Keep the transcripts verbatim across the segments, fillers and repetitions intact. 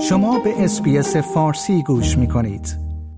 شما به اس‌بی‌اس فارسی گوش می‌کنید.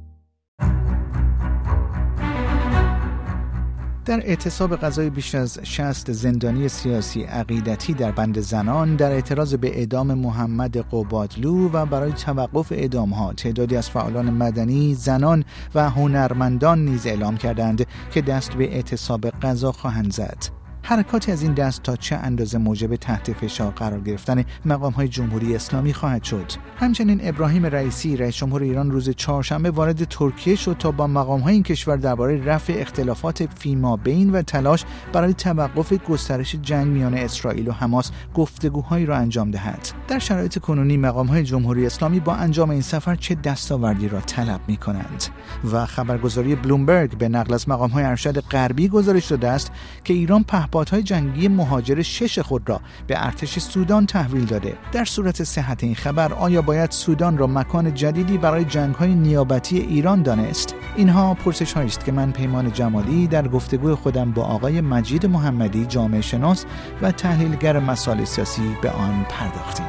در اعتصاب غذای بیش از شصت زندانی سیاسی عقیدتی در بند زنان در اعتراض به اعدام محمد قبادلو و برای توقف اعدام‌ها تعدادی از فعالان مدنی، زنان و هنرمندان نیز اعلام کردند که دست به اعتصاب غذا خواهند زد. حرکاتی از این دست تا چه اندازه موجب تحت فشار قرار گرفتن مقام‌های جمهوری اسلامی خواهد شد؟ همچنین ابراهیم رئیسی رئیس جمهور ایران روز چهارشنبه وارد ترکیه شد تا با مقام‌های این کشور درباره رفع اختلافات فیمابین و تلاش برای توقف گسترش جنگ میان اسرائیل و حماس گفتگوهایی را انجام دهد. در شرایط کنونی مقام‌های جمهوری اسلامی با انجام این سفر چه دستاوردی را طلب می‌کنند؟ و خبرگزاری بلومبرگ به نقل از مقام‌های ارشد غربی گزارش داده است که ایران پهپادهای جنگی مهاجر شش خود را به ارتش سودان تحویل داده. در صورت صحت این خبر آیا باید سودان را مکان جدیدی برای جنگ‌های نیابتی ایران دانست؟ اینها پرسش‌هایی است که من پیمان جمالی در گفتگوی خودم با آقای مجید محمدی جامعه شناس و تحلیلگر مسائل سیاسی به آن پرداختیم.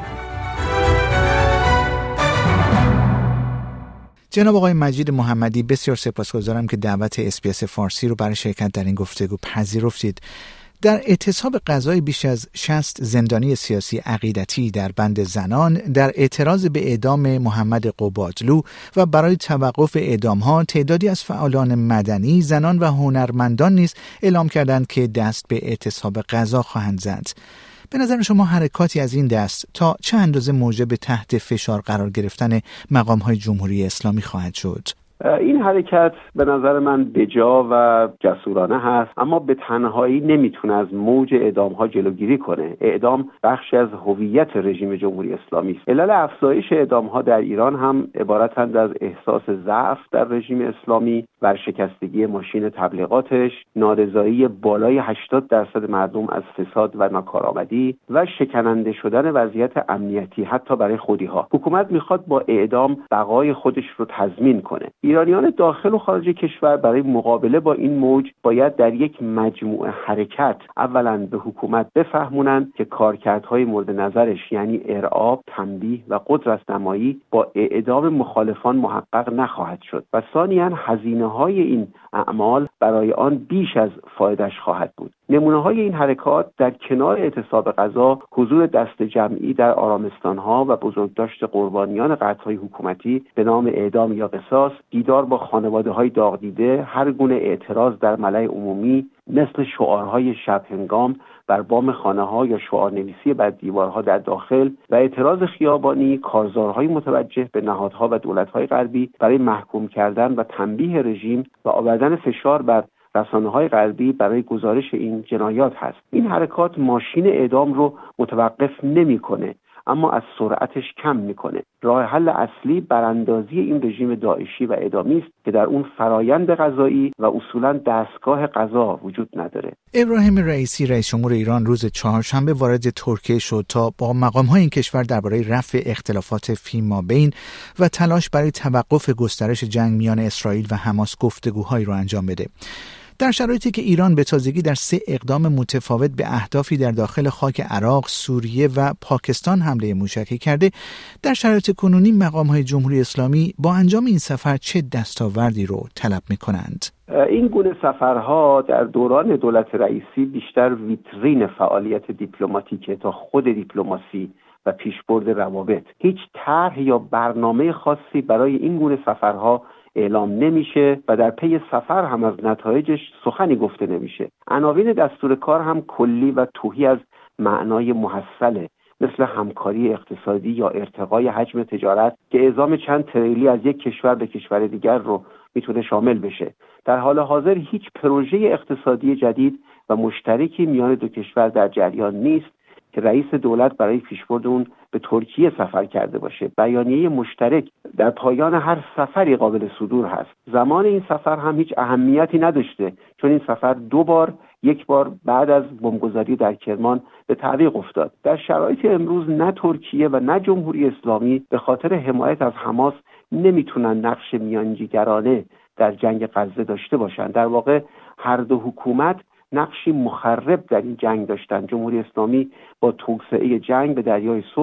جناب آقای مجید محمدی، بسیار سپاسگزارم که دعوت اس‌بی‌اس فارسی رو برای شرکت در این گفتگو پذیرفتید. در اعتصاب غذای بیش از شصت زندانی سیاسی عقیدتی در بند زنان در اعتراض به اعدام محمد قبادلو و برای توقف اعدام‌ها تعدادی از فعالان مدنی، زنان و هنرمندان نیز اعلام کردند که دست به اعتصاب غذا خواهند زد. به نظر شما حرکاتی از این دست تا چه اندازه موجب تحت فشار قرار گرفتن مقام‌های جمهوری اسلامی خواهد شد؟ این حرکت به نظر من بجا و جسورانه هست، اما به تنهایی نمیتونه از موج اعدام‌ها جلوگیری کنه. اعدام بخشی از هویت رژیم جمهوری اسلامی است. علل افزایش اعدام‌ها در ایران هم عبارتند از احساس ضعف در رژیم اسلامی، ورشکستگی ماشین تبلیغاتش، نارضایی بالای هشتاد درصد مردم از فساد و ناکارآمدی و شکننده شدن وضعیت امنیتی حتی برای خودی‌ها. حکومت میخواد با اعدام بقای خودش رو تضمین کنه. ایرانیان داخل و خارج کشور برای مقابله با این موج باید در یک مجموعه حرکت اولا به حکومت بفهمونند که کارکردهای مورد نظرش یعنی ارعاب، تنبیه و قدرت نمایی با اعدام مخالفان محقق نخواهد شد و ثانیاً هزینه‌های این اعمال برای آن بیش از فایده‌اش خواهد بود. نمونه‌های این حرکات در کنار اعتصاب غذا حضور دست جمعی در آرامستان‌ها و بزرگداشت قربانیان قتل‌های حکومتی به نام اعدام یا قصاص، دیدار با خانواده‌های داغ دیده، هر گونه اعتراض در ملأ عمومی مثل شعارهای شب هنگام بر بام خانه‌ها یا شعارنویسی بر دیوارها در داخل و اعتراض خیابانی، کارزارهای متوجه به نهادها و دولت‌های غربی برای محکوم کردن و تنبیه رژیم و آوردن فشار بر رسانه‌های غربی برای گزارش این جنایات هست. این حرکات ماشین اعدام رو متوقف نمی‌کنه، اما از سرعتش کم میکنه. راه حل اصلی براندازی این رژیم داعشی و اعدامی است که در اون فرایند قضایی و اصولاً دستگاه قضا وجود نداره. ابراهیم رئیسی رئیس جمهور ایران روز چهارشنبه وارد ترکیه شد تا با مقام‌های این کشور درباره رفع اختلافات فیمابین و تلاش برای توقف گسترش جنگ میان اسرائیل و حماس گفتگوهایی را انجام بده. در شرایطی که ایران به تازگی در سه اقدام متفاوت به اهدافی در داخل خاک عراق، سوریه و پاکستان حمله موشکی کرده، در شرایط کنونی مقام‌های جمهوری اسلامی با انجام این سفر چه دستاوردی رو طلب می‌کنند؟ این گونه سفرها در دوران دولت رئیسی بیشتر ویترین فعالیت دیپلماتیکه تا خود دیپلماسی و پیشبرد روابط. هیچ طرح یا برنامه خاصی برای این گونه سفرها اعلام نمیشه و در پی سفر هم از نتایجش سخنی گفته نمیشه. عناوین دستور کار هم کلی و تهی از معنای محصله، مثل همکاری اقتصادی یا ارتقای حجم تجارت که اعزام چند تریلی از یک کشور به کشور دیگر رو میتونه شامل بشه. در حال حاضر هیچ پروژه اقتصادی جدید و مشترکی میان دو کشور در جریان نیست که رئیس دولت برای پیشبرد اون به ترکیه سفر کرده باشه. بیانیه مشترک در پایان هر سفری قابل صدور هست. زمان این سفر هم هیچ اهمیتی نداشته، چون این سفر دو بار، یک بار بعد از بمبگذاری در کرمان به تعویق افتاد. در شرایط امروز نه ترکیه و نه جمهوری اسلامی به خاطر حمایت از حماس نمیتونن نقش میانجیگرانه در جنگ غزه داشته باشند. در واقع هر دو حکومت نقشی مخرب در این جنگ داشتند. جمهوری اسلامی با توسعه جنگ به دریای سرخ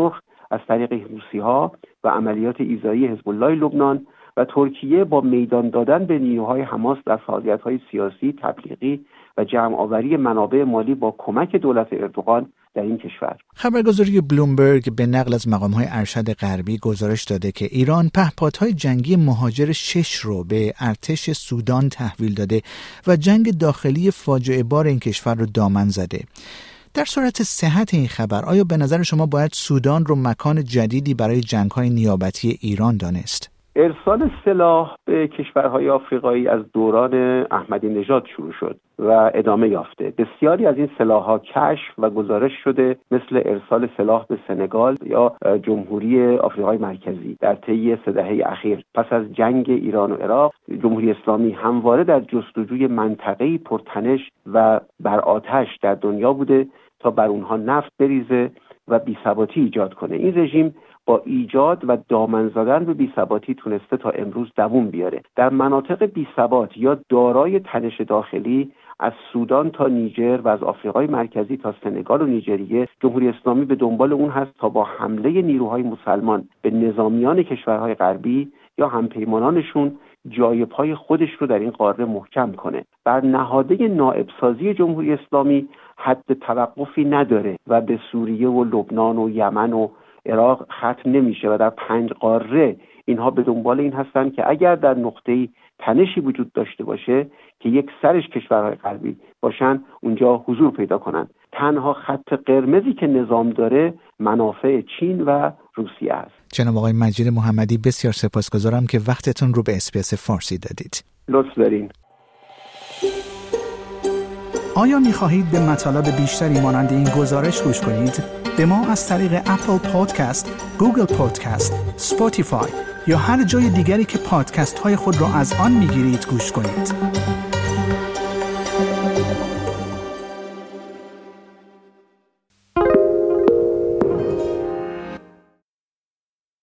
از طریق حوثی‌ها و عملیات ایذایی حزب الله لبنان و ترکیه با میدان دادن به نیروهای حماس در فعالیت‌های سیاسی، تبلیغی و جمع آوری منابع مالی با کمک دولت اردوغان در این کشور. خبرگزاری بلومبرگ به نقل از مقام‌های ارشد غربی گزارش داده که ایران پهپادهای جنگی مهاجر شش رو به ارتش سودان تحویل داده و جنگ داخلی فاجعه بار این کشور رو دامن زده. در صورت صحت این خبر، آیا به نظر شما باید سودان رو مکان جدیدی برای جنگ‌های نیابتی ایران دانست؟ ارسال سلاح به کشورهای آفریقایی از دوران احمدی نژاد شروع شد و ادامه یافته. بسیاری از این سلاح‌ها کشف و گزارش شده، مثل ارسال سلاح به سنگال یا جمهوری آفریقای مرکزی در طی سه دهه اخیر. پس از جنگ ایران و عراق، جمهوری اسلامی همواره در جستجوی منطقه‌ای پرتنش و بر آتش در دنیا بوده تا بر اونها نفت بریزه و بی‌ثباتی ایجاد کنه. این رژیم با ایجاد و دامن زدن به بی‌ثباتی تونسته تا امروز دوام بیاره. در مناطق بی‌ثبات یا دارای تنش داخلی از سودان تا نیجر و از آفریقای مرکزی تا سنگال و نیجریه، جمهوری اسلامی به دنبال اون هست تا با حمله نیروهای مسلمان به نظامیان کشورهای غربی یا همپیمانانشون جای پای خودش رو در این قاره محکم کنه. بر نهاده نائبسازی جمهوری اسلامی حد توقفی نداره و به سوریه و لبنان و یمن و عراق ختم نمیشه و در پنج قاره اینها به دنبال این هستن که اگر در نقطه‌ای تنشی وجود داشته باشه که یک سرش کشورهای غربی باشن، اونجا حضور پیدا کنن. تنها خط قرمزی که نظام داره منافع چین و روسیه است. جناب آقای مجید محمدی، بسیار سپاسگزارم که وقتتون رو به اسپیس فارسی دادید. لطف دارین. آیا می‌خواهید به مطالب بیشتری مانند این گزارش گوش کنید؟ به ما از طریق اپل پادکست، گوگل پادکست، اسپاتیفای یا هر جای دیگری که پادکست های خود را از آن میگیرید گوش کنید.